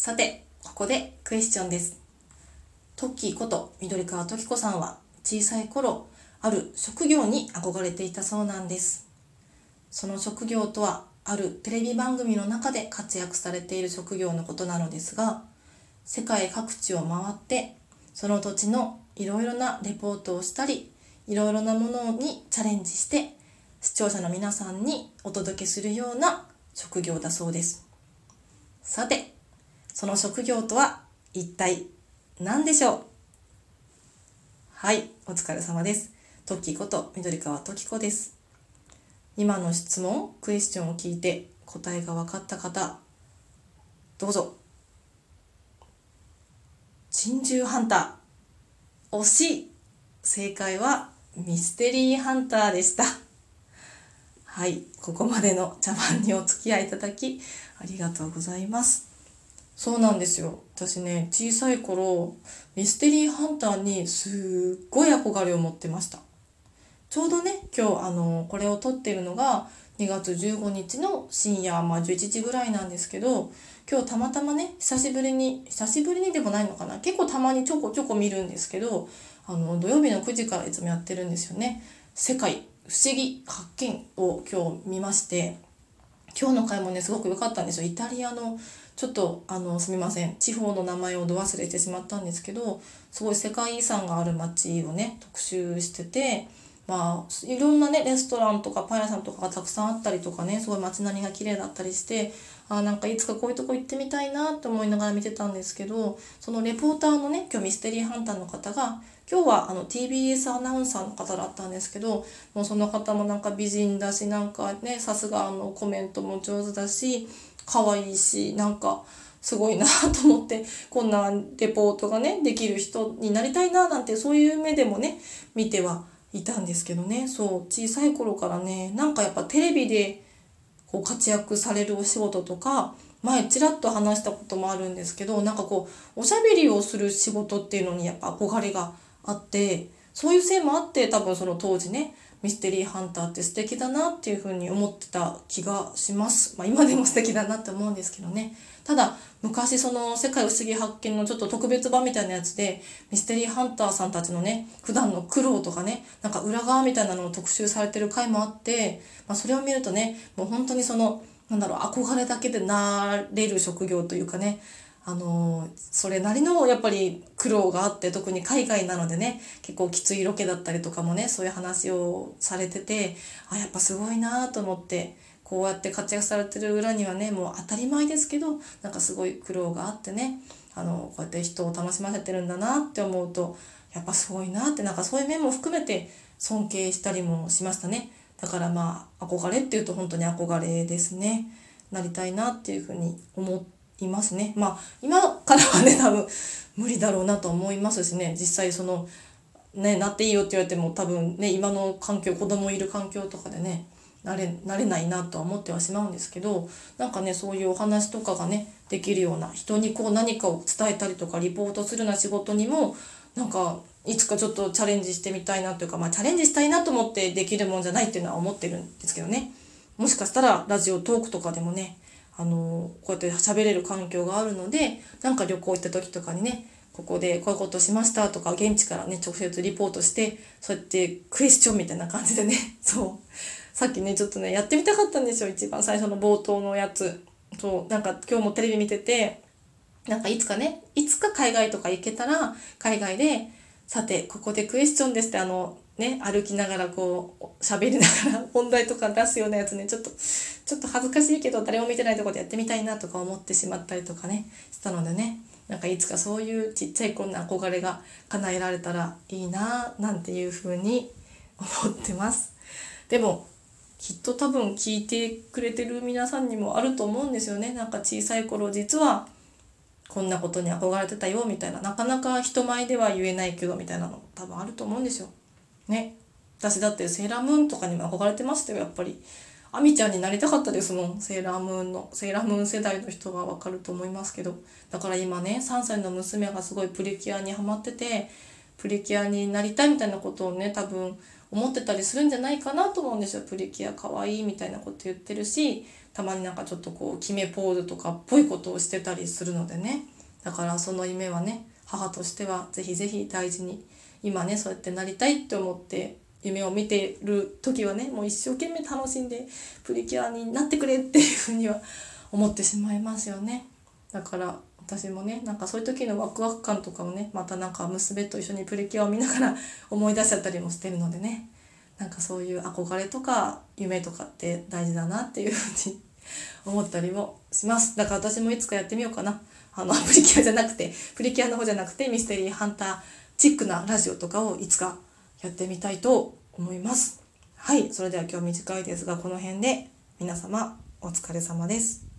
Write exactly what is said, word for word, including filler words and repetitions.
さて、ここでクエスチョンです。トッキーこと緑川時子さんは小さい頃、ある職業に憧れていたそうなんです。その職業とは、あるテレビ番組の中で活躍されている職業のことなのですが、世界各地を回って、その土地のいろいろなレポートをしたり、いろいろなものにチャレンジして、視聴者の皆さんにお届けするような職業だそうです。さて、その職業とは一体何でしょう？はい、お疲れ様です。トッキーこと緑川時子です。今の質問、クエスチョンを聞いて答えが分かった方、どうぞ。珍獣ハンター。惜しい。正解はミステリーハンターでした。はい、ここまでの茶番にお付き合いいただきありがとうございます。そうなんですよ。私ね、小さい頃ミステリーハンターにすっごい憧れを持ってました。ちょうどね、今日あのこれを撮っているのがにがつじゅうごにちの深夜、まあ、じゅういちじぐらいなんですけど、今日たまたまね、久しぶりに久しぶりにでもないのかな、結構たまにちょこちょこ見るんですけど、あの土曜日のくじからいつもやってるんですよね。世界不思議発見を今日見まして、今日の回もねすごく良かったんですよ。イタリアのちょっとあのすみません、地方の名前をど忘れしてしまったんですけど、すごい世界遺産がある街をね特集してて、まあいろんなねレストランとかパン屋さんとかがたくさんあったりとかね、すごい街並みが綺麗だったりして、あなんかいつかこういうとこ行ってみたいなと思いながら見てたんですけど、そのレポーターのね、今日ミステリーハンターの方が、今日はあの ティービーエス アナウンサーの方だったんですけど、もうその方もなんか美人だし、なんかね、さすがあのコメントも上手だし、可愛いし、なんかすごいなと思って、こんなレポートがねできる人になりたいななんて、そういう目でもね見てはいたんですけどね。そう、小さい頃からね、なんかやっぱテレビでこう活躍されるお仕事とか、前ちらっと話したこともあるんですけど、なんかこうおしゃべりをする仕事っていうのにやっぱ憧れがあって、そういうせいもあって、多分その当時ね、ミステリーハンターって素敵だなっていうふうに思ってた気がします。まあ今でも素敵だなって思うんですけどね。ただ昔その世界不思議発見のちょっと特別版みたいなやつで、ミステリーハンターさんたちのね普段の苦労とかね、なんか裏側みたいなのを特集されてる回もあって、まあ、それを見るとね、もう本当にそのなんだろう、憧れだけでなれる職業というかね、あのー、それなりのやっぱり苦労があって、特に海外なのでね、結構きついロケだったりとかもね、そういう話をされてて、あ、やっぱすごいなと思って、こうやって活躍されてる裏にはね、もう当たり前ですけど、なんかすごい苦労があってね、あのこうやって人を楽しませてるんだなって思うと、やっぱすごいなって、なんかそういう面も含めて尊敬したりもしましたね。だからまあ憧れっていうと本当に憧れですね。なりたいなっていうふうに思いますね。まあ今からはね多分無理だろうなと思いますしね、実際そのねなっていいよって言われても多分ね、今の環境、子供いる環境とかでねなれなれないなとは思ってはしまうんですけど、なんかねそういうお話とかがねできるような、人にこう何かを伝えたりとかリポートするような仕事にも、なんかいつかちょっとチャレンジしてみたいなというか、まあチャレンジしたいなと思ってできるもんじゃないっていうのは思ってるんですけどね。もしかしたらラジオトークとかでもね、あのこうやって喋れる環境があるので、なんか旅行行った時とかにね、ここでこういうことしましたとか、現地からね直接リポートして、そうやってクエスチョンみたいな感じでねそうさっきねちょっとねやってみたかったんですよ、一番最初の冒頭のやつ。そうなんか今日もテレビ見てて、なんかいつかねいつか海外とか行けたら、海外でさてここでクエスチョンですって、あのね歩きながらこう喋りながら問題とか出すようなやつね、ちょっとちょっと恥ずかしいけど誰も見てないところでやってみたいなとか思ってしまったりとかねしたのでね、なんかいつかそういうちっちゃい頃の憧れが叶えられたらいいななんていう風に思ってます。でもきっと多分聞いてくれてる皆さんにもあると思うんですよね。なんか小さい頃実はこんなことに憧れてたよみたいな、なかなか人前では言えないけどみたいなの多分あると思うんですよね。私だってセーラームーンとかにも憧れてましたよ。やっぱりアミちゃんになりたかったですもん。セーラームーンのセーラームーン世代の人はわかると思いますけど、だから今ねさんさいの娘がすごいプリキュアにハマってて、プリキュアになりたいみたいなことをね多分思ってたりするんじゃないかなと思うんですよ。プリキュアかわいいみたいなこと言ってるし、たまになんかちょっとこう決めポーズとかっぽいことをしてたりするのでね。だからその夢はね、母としてはぜひぜひ大事に、今ねそうやってなりたいって思って夢を見てる時はね、もう一生懸命楽しんでプリキュアになってくれっていうふうには思ってしまいますよね。だから私もね、なんかそういう時のワクワク感とかをね、またなんか娘と一緒にプリキュアを見ながら思い出しちゃったりもしてるのでね、なんかそういう憧れとか夢とかって大事だなっていうふうに思ったりもします。だから私もいつかやってみようかな。あのプリキュアじゃなくてプリキュアの方じゃなくてミステリーハンターチックなラジオとかをいつかやってみたいと思います。はい、それでは今日短いですがこの辺で皆様お疲れ様です。